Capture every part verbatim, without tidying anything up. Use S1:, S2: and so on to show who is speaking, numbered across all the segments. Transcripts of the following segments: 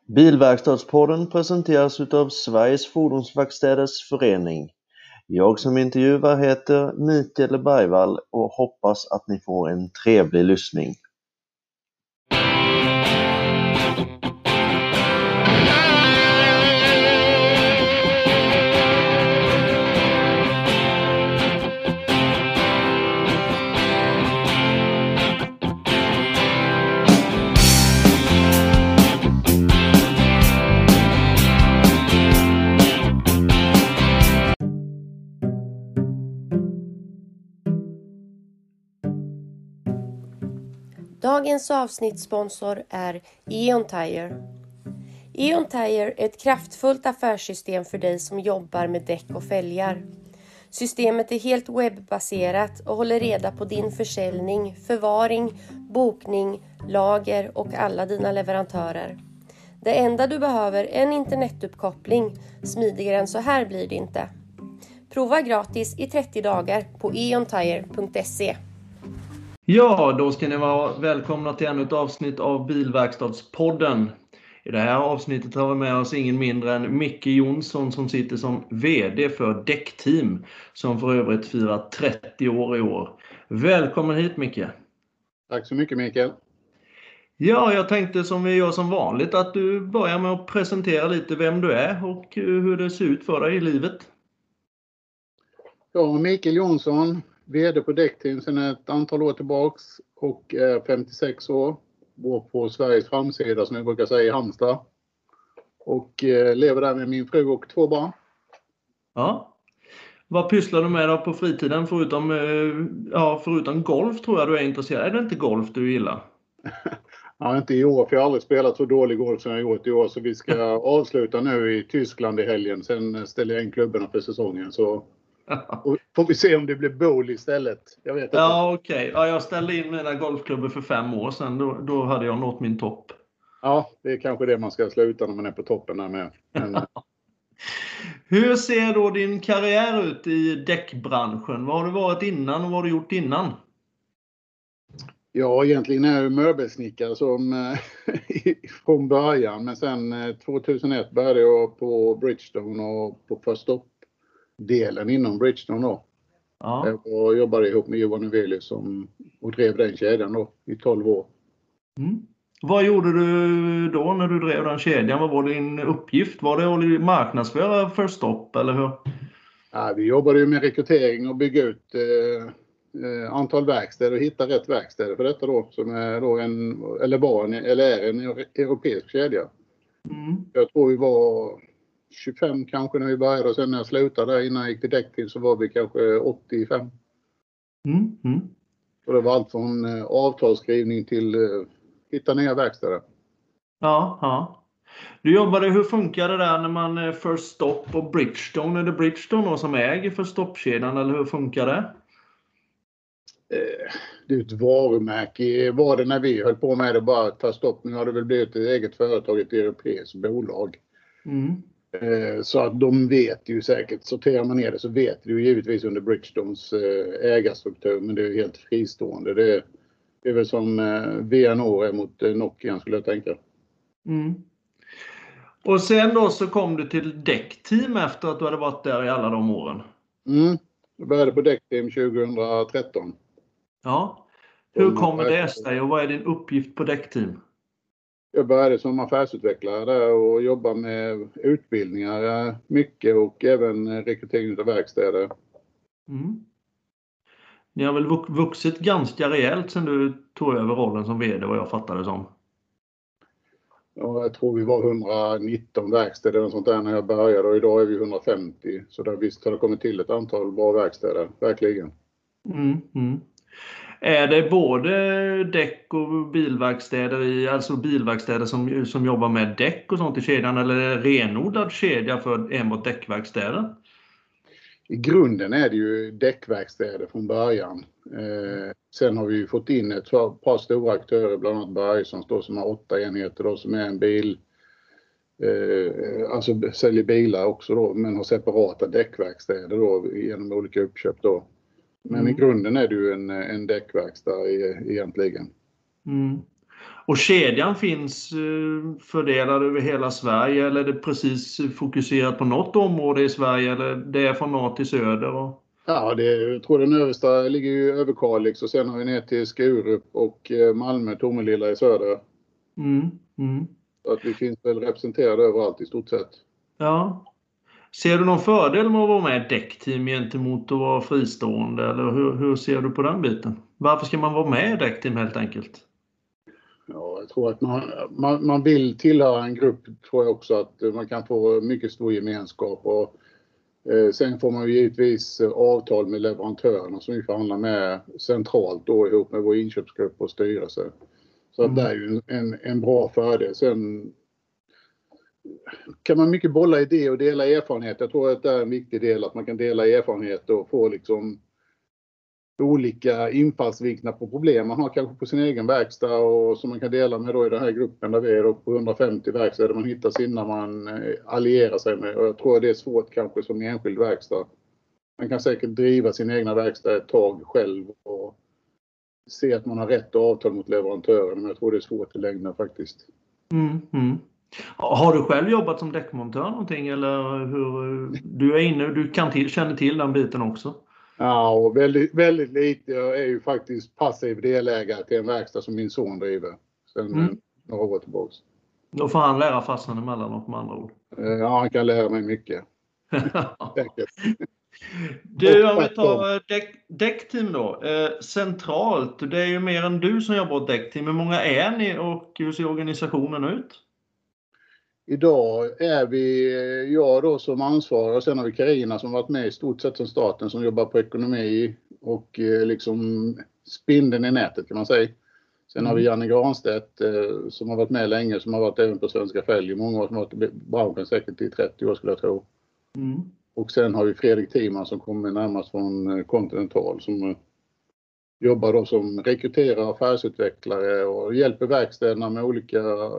S1: Bilverkstadspodden presenteras utav Sveriges Fordonsverkstäders förening. Jag som intervjuar heter Mikael Bergvall och hoppas att ni får en trevlig lyssning.
S2: Dagens avsnittssponsor är Eon Tire. Eon Tire är ett kraftfullt affärssystem för dig som jobbar med däck och fälgar. Systemet är helt webbaserat och håller reda på din försäljning, förvaring, bokning, lager och alla dina leverantörer. Det enda du behöver är en internetuppkoppling. Smidigare än så här blir det inte. Prova gratis i trettio dagar på eon tire punkt se.
S3: Ja, då ska ni vara välkomna till ännu ett avsnitt av Bilverkstadspodden. I det här avsnittet har vi med oss ingen mindre än Micke Jonsson som sitter som vd för Däckteam, som för övrigt firar trettio år i år. Välkommen hit, Micke.
S4: Tack så mycket, Mikael.
S3: Ja, jag tänkte som vi gör som vanligt att du börjar med att presentera lite vem du är och hur det ser ut för dig i livet.
S4: Ja, Mikael Jonsson, vd på Däckteam sedan ett antal år tillbaks och är femtiosex år. Bor på Sveriges framsida som vi brukar säga i Halmstad. Och eh, lever där med min fru och två barn.
S3: Ja. Vad pysslar du med då på fritiden förutom, eh, ja, förutom golf tror jag du är intresserad? Är det inte golf du gillar?
S4: Ja, inte i år för jag har aldrig spelat så dålig golf som jag gjort i år. Så vi ska avsluta nu i Tyskland i helgen. Sen ställer jag in klubbarna för säsongen så... Och får vi se om det blir bowl istället. Jag vet inte.
S3: Ja, okej. Okay. Ja, jag ställde in mina golfklubbor för fem år sedan. Då, då hade jag nått min topp.
S4: Ja, det är kanske det man ska sluta när man är på toppen där med. Men...
S3: Hur ser då din karriär ut i däckbranschen? Vad har du varit innan och vad har du gjort innan?
S4: Ja, egentligen är jag möbelsnickare som från början. Men sen tjugohundraett började jag på Bridgestone och på First Stop delen inom Bridgestone då. Ja. Och jobbade ihop med Johan Uvelius som och drev den kedjan då i tolv år.
S3: Mm. Vad gjorde du då när du drev den kedjan? Vad var din uppgift? Var det att marknadsföra First Stop eller hur?
S4: Ja, vi jobbade ju med rekrytering och bygga ut eh, eh, antal verkstäder och hitta rätt verkstäder för detta då som är då en eller var en eller är en europeisk kedja. Mm. Jag tror vi var tjugofem kanske när vi började och sen när jag slutade innan jag gick till Däckteam så var vi kanske åttiofem. Mm. Mm. Och det var allt från eh, avtalsskrivning till eh, hitta nya verkstäder.
S3: Ja, ja. Du jobbade, hur funkar det där när man är First Stop och Bridgestone? Är det Bridgestone då som äger First Stop-kedjan eller hur funkar det?
S4: Eh, det är ett varumärke. Var det när vi höll på med det bara att ta stopp. Nu har det väl blivit ett eget företag, ett europeiskt bolag. Mm. Så att de vet ju säkert, sorterar man ner det så vet du givetvis under Bridgestones ägarstruktur, men det är ju helt fristående. Det är, det är väl som V N O är mot Nokia skulle jag tänka. Mm.
S3: Och sen då så kom du till Däckteam efter att du hade varit där i alla de åren?
S4: Mm, jag började på Däckteam tjugohundratretton.
S3: Ja, hur kommer det sig och vad är din uppgift på Däckteam?
S4: Jag började som affärsutvecklare där och jobba med utbildningar mycket och även rekrytering av verkstäder. Mm.
S3: Ni har väl vuxit ganska rejält sedan du tog över rollen som vd vad jag fattade som?
S4: Ja, jag tror vi var etthundranitton verkstäder och sånt där när jag började och idag är vi etthundrafemtio. Så där visst har det kommit till ett antal bra verkstäder, verkligen. Mm, mm.
S3: Är det både däck och bilverkstäder i, alltså bilverkstäder som, som jobbar med däck och sånt i kedjan eller är det renodlad kedja för enbart däckverkstäder?
S4: I grunden är det ju däckverkstäder från början. Eh, sen har vi ju fått in ett par stora aktörer, bland annat Bergsons då, som har åtta enheter då, som är en bil, eh, alltså säljer bilar också då, men har separata däckverkstäder då genom olika uppköp då. Men mm. i grunden är det ju en, en däckverkstad egentligen.
S3: Mm. Och kedjan finns fördelad över hela Sverige, eller är det precis fokuserat på något område i Sverige, eller det är från norr till söder? Och...
S4: Ja, det, jag tror den översta ligger ju över Kalix och sen har vi ner till Skurup och Malmö, Tomelilla i söder.
S3: Mm, mm.
S4: Så att vi finns väl representerade överallt i stort sett.
S3: Ja. Ser du någon fördel med att vara med i däckteam gentemot att vara fristående, eller hur, hur ser du på den biten? Varför ska man vara med i däckteam helt enkelt?
S4: Ja, jag tror att man, man, man vill tillhöra en grupp, tror jag också, att man kan få mycket stor gemenskap. Och, eh, sen får man ju givetvis avtal med leverantörerna som vi förhandlar med centralt då, ihop med vår inköpsgrupp och styrelse. Så mm. det är ju en, en bra fördel. Sen kan man mycket bolla idéer och dela erfarenhet. Jag tror att det är en viktig del, att man kan dela erfarenhet och få liksom olika infallsvinklar på problem man har kanske på sin egen verkstad, och som man kan dela med då i den här gruppen där vi är då på hundrafemtio verkstäder man hittar sina man allierar sig med. Och jag tror att det är svårt kanske som enskild verkstad. Man kan säkert driva sin egna verkstad ett tag själv och se att man har rätt avtal mot leverantören, men jag tror det är svårt i längden faktiskt.
S3: Mm, mm. Har du själv jobbat som däckmontör någonting, eller hur? Du är inne, du kan till, känner till den biten också?
S4: Ja, och väldigt, väldigt lite. Jag är ju faktiskt passiv delägare till en verkstad som min son driver sedan mm. några år tillbaka.
S3: Då får han lära farsan emellanåt med andra ord.
S4: Ja, han kan lära mig mycket.
S3: Du, om vi tar däck, däckteam då. Eh, centralt, det är ju mer än du som jobbar åt däckteam. Hur många är ni och hur ser organisationen ut?
S4: Idag är vi, jag då som ansvarig, och sen har vi Carina som varit med i stort sett som staten, som jobbar på ekonomi och liksom spindeln i nätet kan man säga. Sen mm. har vi Janne Granstedt eh, som har varit med länge, som har varit även på Svenska Fälg i många år, som har varit i branschen säkert i trettio år skulle jag tro. Mm. Och sen har vi Fredrik Timan som kommer närmast från Continental, som jobbar då som rekryterar affärsutvecklare och hjälper verkstäderna med olika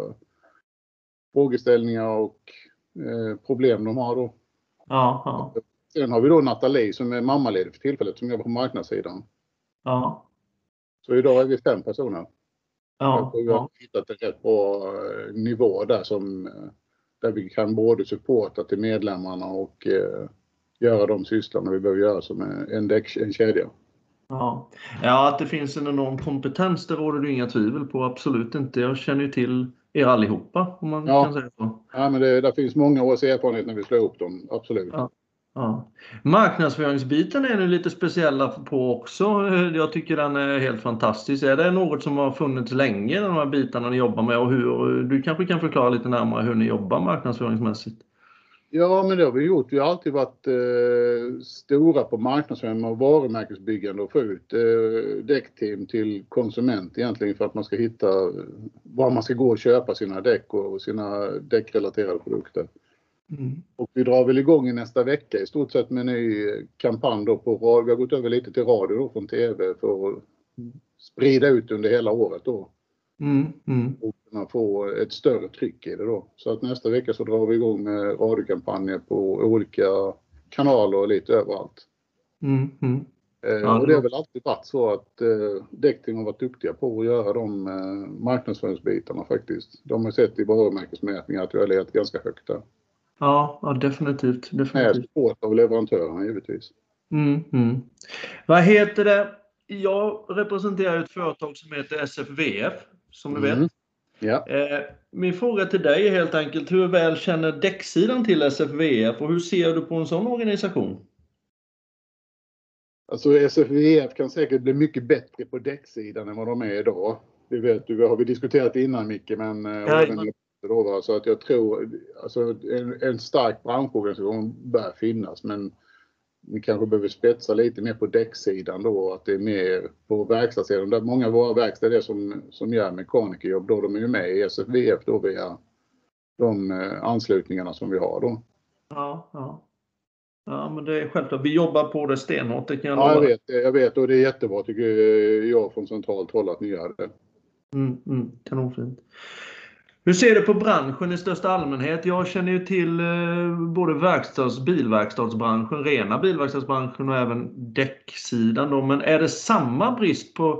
S4: frågeställningar och eh, problem de har då.
S3: Ja, ja.
S4: Sen har vi då Nathalie som är mammaledig för tillfället, som jobbar på marknadssidan.
S3: Ja.
S4: Så idag är vi fem personer.
S3: Ja,
S4: vi har
S3: ja.
S4: hittat en rätt bra nivå där, som, där vi kan både supporta till medlemmarna och eh, göra de sysslorna vi behöver göra som en, däck, en kedja.
S3: Ja. ja, att det finns en enorm kompetens, det råder det inga tvivel på, absolut inte. Jag känner ju till er allihopa, om man
S4: ja.
S3: kan säga så.
S4: Ja, men det, det finns många års erfarenhet när vi slår upp dem, absolut.
S3: Ja. Ja. Marknadsföringsbiten är nu lite speciella på också. Jag tycker den är helt fantastisk. Är det något som har funnits länge, de här bitarna ni jobbar med? Och hur, du kanske kan förklara lite närmare hur ni jobbar marknadsföringsmässigt?
S4: Ja, men det har vi gjort. Vi har alltid varit eh, stora på marknadsföring och varumärkesbyggande och få ut eh, däckteam till konsument egentligen, för att man ska hitta var man ska gå och köpa sina däck och sina däckrelaterade produkter. Mm. Och vi drar väl igång i nästa vecka i stort sett med en ny kampanj då på radio. Vi har gått över lite till radio då från tv för att sprida ut under hela året då. Mm. Mm. Och kunna få ett större tryck i det då. Så att nästa vecka så drar vi igång med radiokampanjer på olika kanaler och lite överallt. Mm. Mm. Eh, ja, och det har väl alltid varit så att eh, däckteam har varit duktiga på att göra de eh, marknadsföringsbitarna faktiskt. De har sett i varumärkesmätningar att vi har legat ganska högt där.
S3: Ja, ja definitivt. definitivt.
S4: Med support av leverantörerna givetvis.
S3: Mm, mm. Vad heter det? Jag representerar ett företag som heter S F V F, som du
S4: mm.
S3: vet.
S4: Ja.
S3: Eh, min fråga till dig är helt enkelt, hur väl känner däcksidan till S F V F och hur ser du på en sån organisation?
S4: Alltså S F V F kan säkert bli mycket bättre på däcksidan än vad de är idag. Det vet du, har vi diskuterat innan Micke, men ja, då, så att jag tror alltså en, en stark branschorganisation bör finnas, men vi kanske behöver spetsa lite mer på däcksidan då, att det är mer på verkstadssidan. Där många av våra verkstäder som, som gör mekanikerjobb då, de är ju med i S F V F då via de eh, anslutningarna som vi har då.
S3: Ja, ja. Ja, men det är självklart. Vi jobbar på det stenhårt, det kan jag
S4: Ja, jag
S3: lova.
S4: vet, jag vet, och det är jättebra tycker jag från centralt håll att ni gör det.
S3: Mm, mm, kanonfint. Hur ser du på branschen i största allmänhet? Jag känner ju till eh, både verkstads- bilverkstadsbranschen, rena bilverkstadsbranschen och även däcksidan då. Men är det samma brist på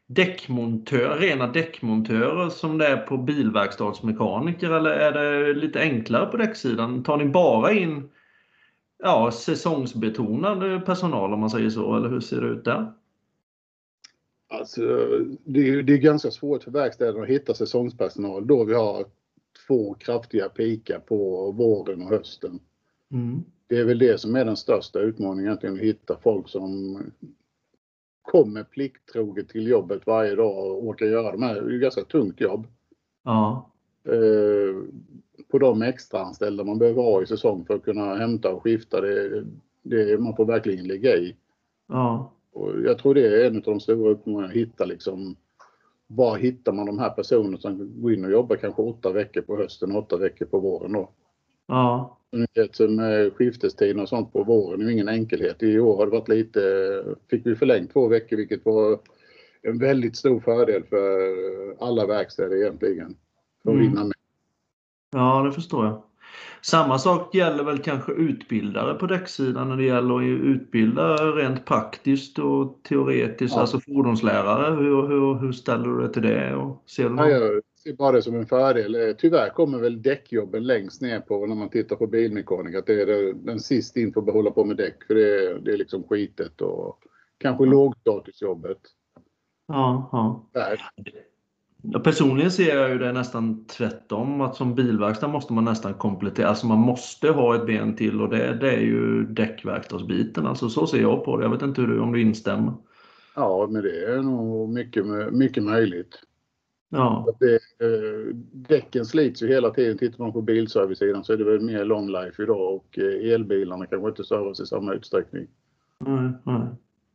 S3: däckmontör, rena däckmontörer som det är på bilverkstadsmekaniker, eller är det lite enklare på däcksidan? Tar ni bara in ja, säsongsbetonad personal om man säger så, eller hur ser det ut där?
S4: Alltså, det är, det är ganska svårt för verkstäderna att hitta säsongspersonal då vi har två kraftiga pikar på våren och hösten.
S3: Mm.
S4: Det är väl det som är den största utmaningen, egentligen, att hitta folk som kommer plikttroget till jobbet varje dag och orkar göra de här. Det är ju ganska tungt jobb.
S3: Ja.
S4: Eh, på de extra anställda man behöver ha i säsong för att kunna hämta och skifta, det, det man får verkligen ligga i.
S3: Ja.
S4: Och jag tror det är en av de stora utmaningarna, att hitta liksom, var hittar man de här personerna som går in och jobbar kanske åtta veckor på hösten och åtta veckor på våren då.
S3: Ja.
S4: Med skiftestiden och sånt på våren är ju ingen enkelhet. I år har det varit lite, fick vi förlängt två veckor, vilket var en väldigt stor fördel för alla verkstäder egentligen. För att
S3: Mm.
S4: vinna med.
S3: Ja, det förstår jag. Samma sak gäller väl kanske utbildare på däcksidan när det gäller att utbilda rent praktiskt och teoretiskt,
S4: Ja.
S3: alltså fordonslärare. Hur, hur, hur ställer du dig till det? Och ser du
S4: Ja, jag ser bara det som en fördel. Tyvärr kommer väl däckjobben längst ner på när man tittar på bilmekanik. Att det är den sist in för att hålla på med däck. För det är, det är liksom skitet och kanske
S3: Ja.
S4: lågstatusjobbet.
S3: Ja, ja.
S4: Där.
S3: Ja, personligen ser jag ju det nästan tvärtom, att som bilverkstad måste man nästan komplettera, alltså man måste ha ett ben till, och det, det är ju däckverkstadsbiten, alltså så ser jag på det. Jag vet inte hur du, om du instämmer.
S4: Ja, men det är nog mycket, mycket möjligt.
S3: Ja.
S4: Det, eh, däcken slits ju hela tiden. Tittar man på bilservicesidan så är det väl mer long life idag, och eh, elbilarna kanske inte servas i samma utsträckning.
S3: Nej, nej.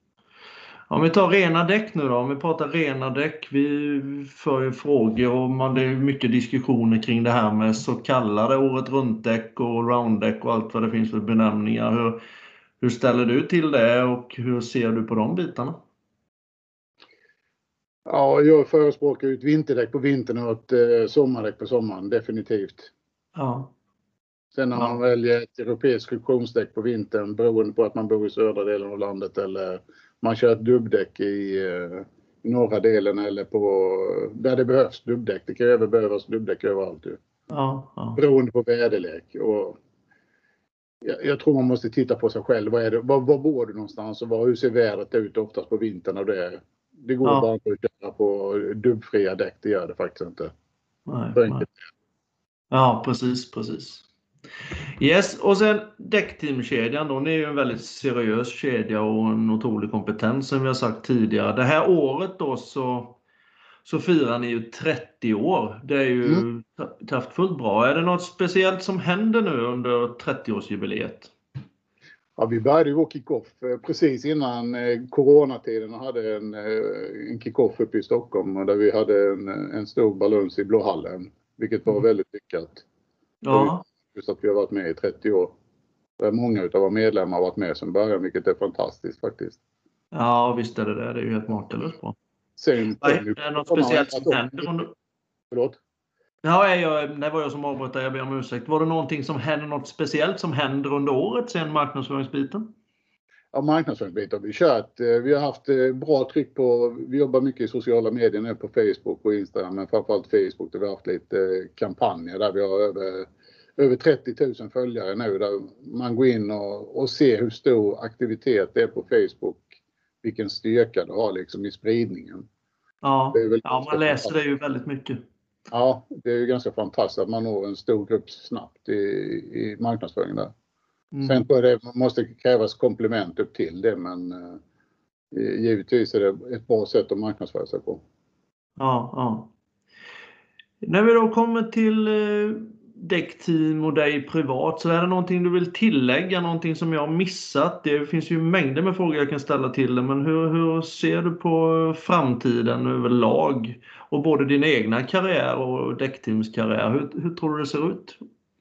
S3: Om vi tar rena däck nu då, om vi pratar rena däck, vi får ju frågor och man, det är mycket diskussioner kring det här med så kallade året runt-däck och round-däck och allt vad det finns för benämningar. Hur, hur ställer du till det och hur ser du på de bitarna?
S4: Ja, jag förespråkar ett vinterdäck på vintern och ett eh, sommardäck på sommaren, definitivt.
S3: Ja.
S4: Sen när
S3: Ja.
S4: man väljer ett europeiskt friktionsdäck på vintern, beroende på att man bor i södra delen av landet, eller man kör ett dubbdäck i eh, norra delen, eller på där det behövs dubbdäck. Det kan ju även behövas dubbdäck överallt. Ju.
S3: Ja, ja.
S4: Beroende på väderlek. Och jag, jag tror man måste titta på sig själv. Vad är det, var, var bor du någonstans och var, hur ser vädret ut oftast på vintern? Och det, det går
S3: Ja.
S4: bara inte att köra på dubbfria däck, det gör det faktiskt inte.
S3: Nej,
S4: Så
S3: nej.
S4: enkelt.
S3: Ja, precis, precis. Yes, och sen däckteamkedjan då, ni är ju en väldigt seriös kedja och en otrolig kompetens som vi har sagt tidigare. Det här året då så, så firar ni ju trettio år. Det är ju
S4: Mm.
S3: kraftfullt bra. Är det något speciellt som händer nu under trettioårsjubileet?
S4: Ja, vi började ju vår kick-off eh, precis innan eh, coronatiden och hade en, eh, en kick-off uppe i Stockholm, där vi hade en, en stor baluns i Blåhallen, vilket var
S3: Mm.
S4: väldigt lyckat.
S3: Ja,
S4: Just att vi har varit med i trettio år. Där många av våra medlemmar har varit med som början, vilket är fantastiskt faktiskt.
S3: ja visst är det det. Det är ju helt makalöst bra.
S4: Sen,
S3: Nej, är det något speciellt som händer under...
S4: Förlåt?
S3: Ja, jag, det var jag som avbröt dig, jag ber om ursäkt. Var det någonting som händer, något speciellt som händer under året sen marknadsföringsbiten?
S4: Ja, marknadsföringsbiten har vi kört. Vi har haft bra tryck på, vi jobbar mycket i sociala medier nu på Facebook och Instagram, men framförallt Facebook där vi har haft lite kampanjer där vi har över, över trettio tusen följare nu, där man går in och, och ser hur stor aktivitet det är på Facebook, vilken styrka det har liksom i spridningen.
S3: Ja,
S4: Det är väl
S3: ja man läser det ju väldigt mycket.
S4: Ja, det är ju ganska fantastiskt att man når en stor grupp snabbt i, i marknadsföringen där.
S3: Mm.
S4: Sen tror jag det måste krävas komplement upp till det, men eh, givetvis är det ett bra sätt att marknadsföra sig på.
S3: Ja, ja. När vi då kommer till eh, däckteam och dig privat, så är det någonting du vill tillägga, någonting som jag har missat? Det finns ju mängder med frågor jag kan ställa till dig, men hur, hur ser du på framtiden överlag? Och både din egna karriär och däckteamskarriär, hur, hur tror du det ser ut?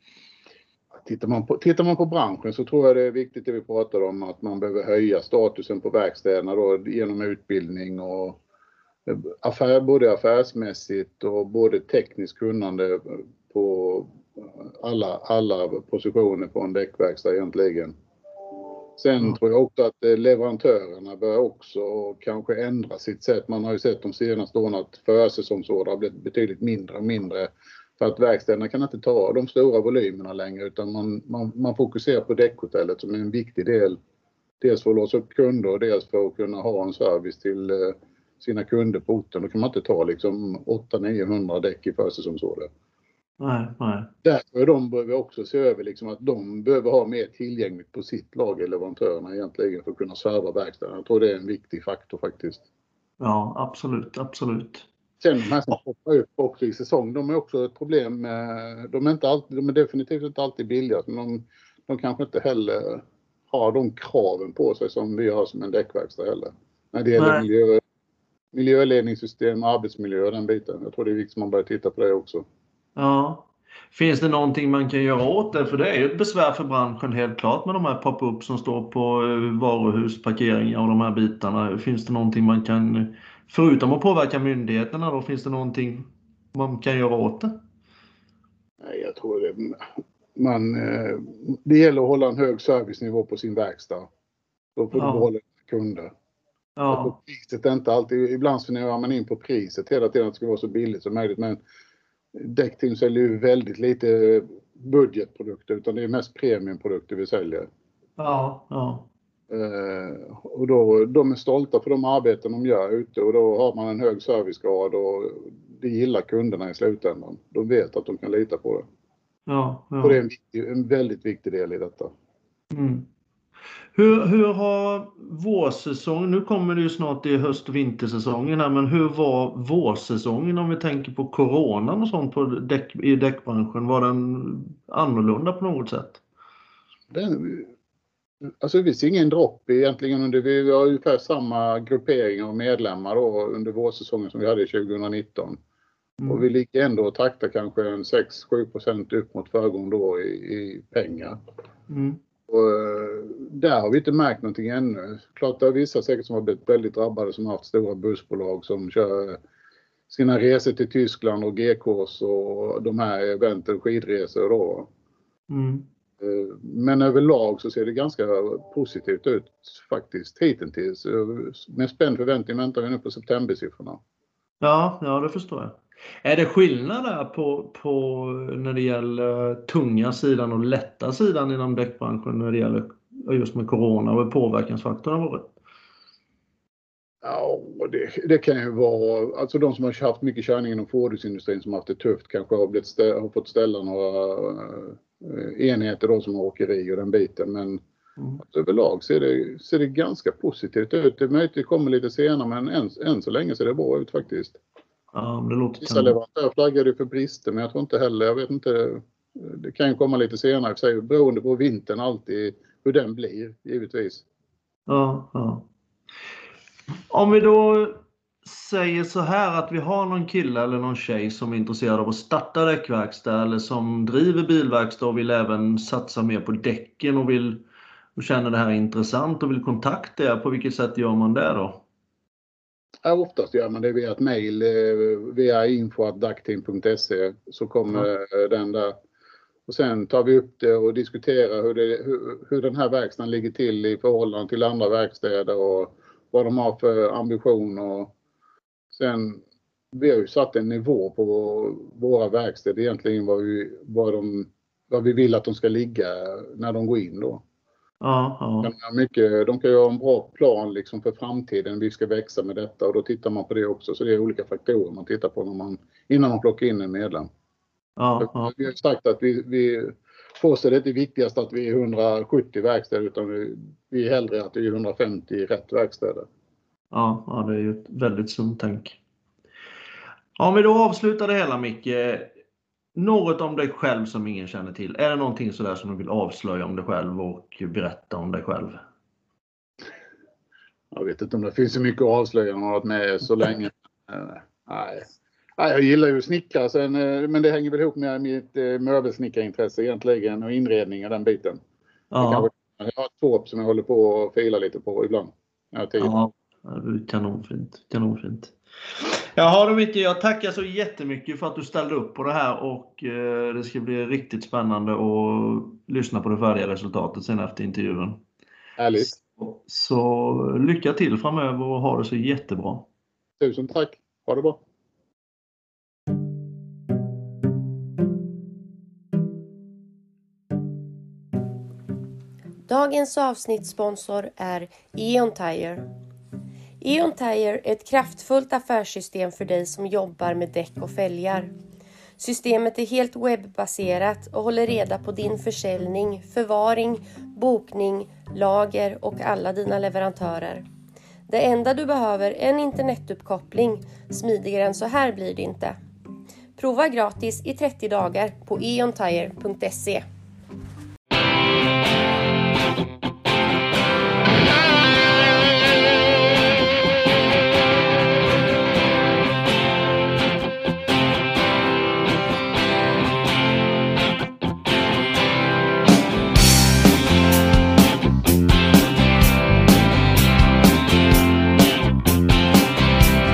S4: Tittar man, på, tittar man på branschen så tror jag det är viktigt det vi pratar om, att man behöver höja statusen på verkstäderna då, genom utbildning och affär, både affärsmässigt och både tekniskt kunnande på alla, alla positioner på en däckverkstad egentligen. Sen
S3: Mm.
S4: tror jag också att eh, leverantörerna bör också kanske ändra sitt sätt. Man har ju sett de senaste åren att försäsongsorder har blivit betydligt mindre och mindre. För att verkstäderna kan inte ta de stora volymerna längre, utan man, man, man fokuserar på däckhotellet som är en viktig del. Dels för att låsa upp kunder och dels för att kunna ha en service till eh, sina kunder på orten. Då kan man inte ta liksom åtta till niohundra däck i försäsongsorder.
S3: Nej, nej.
S4: Därför de behöver också se över liksom att de behöver ha mer tillgängligt på sitt lager, leverantörerna egentligen, för att kunna serva verkstäderna. Jag tror det är en viktig faktor faktiskt.
S3: Ja, absolut, absolut.
S4: Sen de här som poppar upp också i säsong, de är också ett problem med, de är, inte alltid, de är definitivt inte alltid billiga, men de, de kanske inte heller har de kraven på sig som vi har som en däckverkstad heller. När det gäller miljö, miljöledningssystem, arbetsmiljö och den biten. Jag tror det är viktigt att man börjar titta på det också.
S3: Ja. Finns det någonting man kan göra åt det? För det är ju ett besvär för branschen helt klart med de här pop-up som står på varuhusparkeringar och de här bitarna. Finns det någonting man kan, förutom att påverka myndigheterna då, finns det någonting man kan göra åt det?
S4: Nej, jag tror det. Man, det gäller att hålla en hög servicenivå på sin verkstad. Då får
S3: Ja.
S4: du behålla kunder.
S3: Ja.
S4: Priset är inte alltid, ibland snöar man in på priset hela tiden att det ska vara så billigt som möjligt, men Däckteam säljer ju väldigt lite budgetprodukter, utan det är mest premiumprodukter vi säljer.
S3: Ja, ja.
S4: Eh, och då, de är stolta för de arbeten de gör ute, och då har man en hög servicegrad och det gillar kunderna i slutändan. De vet att de kan lita på det.
S3: Ja, ja.
S4: Och det är en, viktig, en väldigt viktig del i detta.
S3: Mm. Hur, hur har vårsäsongen, nu kommer det ju snart i höst- och vintersäsongen här, men hur var vårsäsongen om vi tänker på coronan och sånt på däck, i däckbranschen? Var den annorlunda på något sätt?
S4: Den, alltså vi ser ingen dropp egentligen under, vi har ungefär samma gruppering av medlemmar då under vårsäsongen som vi hade tjugonitton. Mm. Och vi ligger ändå och taktar kanske en sex till sju procent upp mot föregående år i, i pengar.
S3: Mm.
S4: Och där har vi inte märkt någonting ännu. Klart det är vissa säkert som har blivit väldigt drabbade, som har haft stora bussbolag som kör sina resor till Tyskland och G Ks och de här eventen, skidresor då.
S3: Mm.
S4: Men överlag så ser det ganska positivt ut faktiskt hittills. Med spänd förväntning väntar vi nu på septembersiffrorna.
S3: Ja, ja, det förstår jag. Är det skillnad där på, på när det gäller tunga sidan och lätta sidan inom däckbranschen när det gäller just med corona och påverkansfaktorn har varit?
S4: Ja, det, det kan ju vara, alltså de som har haft mycket körning inom fordonsindustrin som har haft det tufft kanske har, blivit stä, har fått ställa några enheter då som har åkeri och den biten, men mm. alltså, överlag ser det, ser det ganska positivt ut. Det är möjligt att det kommer lite senare, men än, än så länge ser det bra ut faktiskt.
S3: Ja, det låter
S4: vissa leverantörer flaggade för brister, men jag tror inte heller, jag vet inte, det kan ju komma lite senare, så beroende på vintern alltid hur den blir, givetvis.
S3: Ja, ja. Om vi då säger så här att vi har någon kille eller någon tjej som är intresserad av att starta däckverkstad eller som driver bilverkstad och vill även satsa mer på däcken och vill och känner det här är intressant och vill kontakta er, på vilket sätt gör man det då?
S4: Ja, oftast gör man det via ett mejl, via info at dacteam punkt se, så kommer mm. den där. Och sen tar vi upp det och diskuterar hur, det, hur, hur den här verkstaden ligger till i förhållande till andra verkstäder och vad de har för ambition. Och sen, vi har ju satt en nivå på våra verkstäder egentligen vad vi, vad de, vad vi vill att de ska ligga när de går in då.
S3: Ja, ja.
S4: De, mycket, de kan ju ha en bra plan liksom för framtiden. Vi ska växa med detta och då tittar man på det också. Så det är olika faktorer man tittar på när man, innan man plockar in en medlem.
S3: Ja, ja.
S4: Vi har sagt att vi, vi får så det är inte viktigast att vi är hundrasjuttio verkstäder, utan vi, vi är hellre att vi är hundrafemtio rätt verkstäder.
S3: Ja, ja, det är ju ett väldigt sunt tänk. Om vi då avslutar det hela, Micke. Något om dig själv som ingen känner till. Är det någonting sådär som du vill avslöja om dig själv och berätta om dig själv?
S4: Jag vet inte om det finns så mycket att avslöja. Jag har varit med så länge. Nej. Nej, jag gillar ju att snickra, sen, men det hänger väl ihop med mitt möbelsnickarintresse egentligen och inredning och den biten.
S3: Ja.
S4: Jag, kanske, jag har ett torp som jag håller på och filar lite på ibland. Jag
S3: ja, kanonfint. kanonfint. Jaha då Micke, jag tackar så jättemycket för att du ställde upp på det här och eh, det ska bli riktigt spännande att lyssna på det färdiga resultatet sen efter intervjun.
S4: Härligt.
S3: Så, så lycka till framöver och ha det så jättebra.
S4: Tusen tack. Ha det bra.
S2: Dagens avsnittssponsor är Eon Tire. Eon Tire är ett kraftfullt affärssystem för dig som jobbar med däck och fälgar. Systemet är helt webbaserat och håller reda på din försäljning, förvaring, bokning, lager och alla dina leverantörer. Det enda du behöver är en internetuppkoppling. Smidigare än så här blir det inte. Prova gratis i trettio dagar på eon tire punkt se.